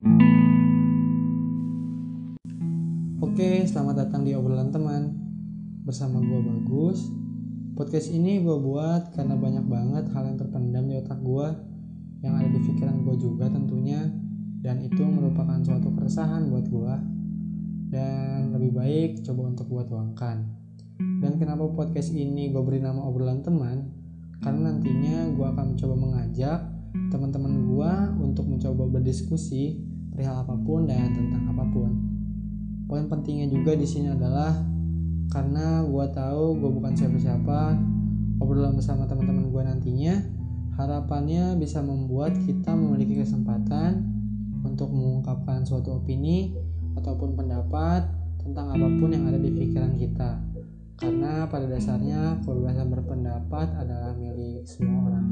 Oke, selamat datang di obrolan teman. Bersama gue Bagus. Podcast ini gue buat karena banyak banget hal yang terpendam di otak gue, yang ada di pikiran gue juga tentunya, dan itu merupakan suatu keresahan buat gue. Dan lebih baik coba untuk gue tuangkan. Dan kenapa podcast ini gue beri nama obrolan teman? Karena nantinya gue akan mencoba mengajak teman-teman gue untuk mencoba berdiskusi perihal apapun dan tentang apapun. Poin pentingnya juga di sini adalah karena gue tahu gue bukan siapa-siapa, obrolan bersama teman-teman gue nantinya harapannya bisa membuat kita memiliki kesempatan untuk mengungkapkan suatu opini ataupun pendapat tentang apapun yang ada di pikiran kita. Karena pada dasarnya kebebasan berpendapat adalah milik semua orang.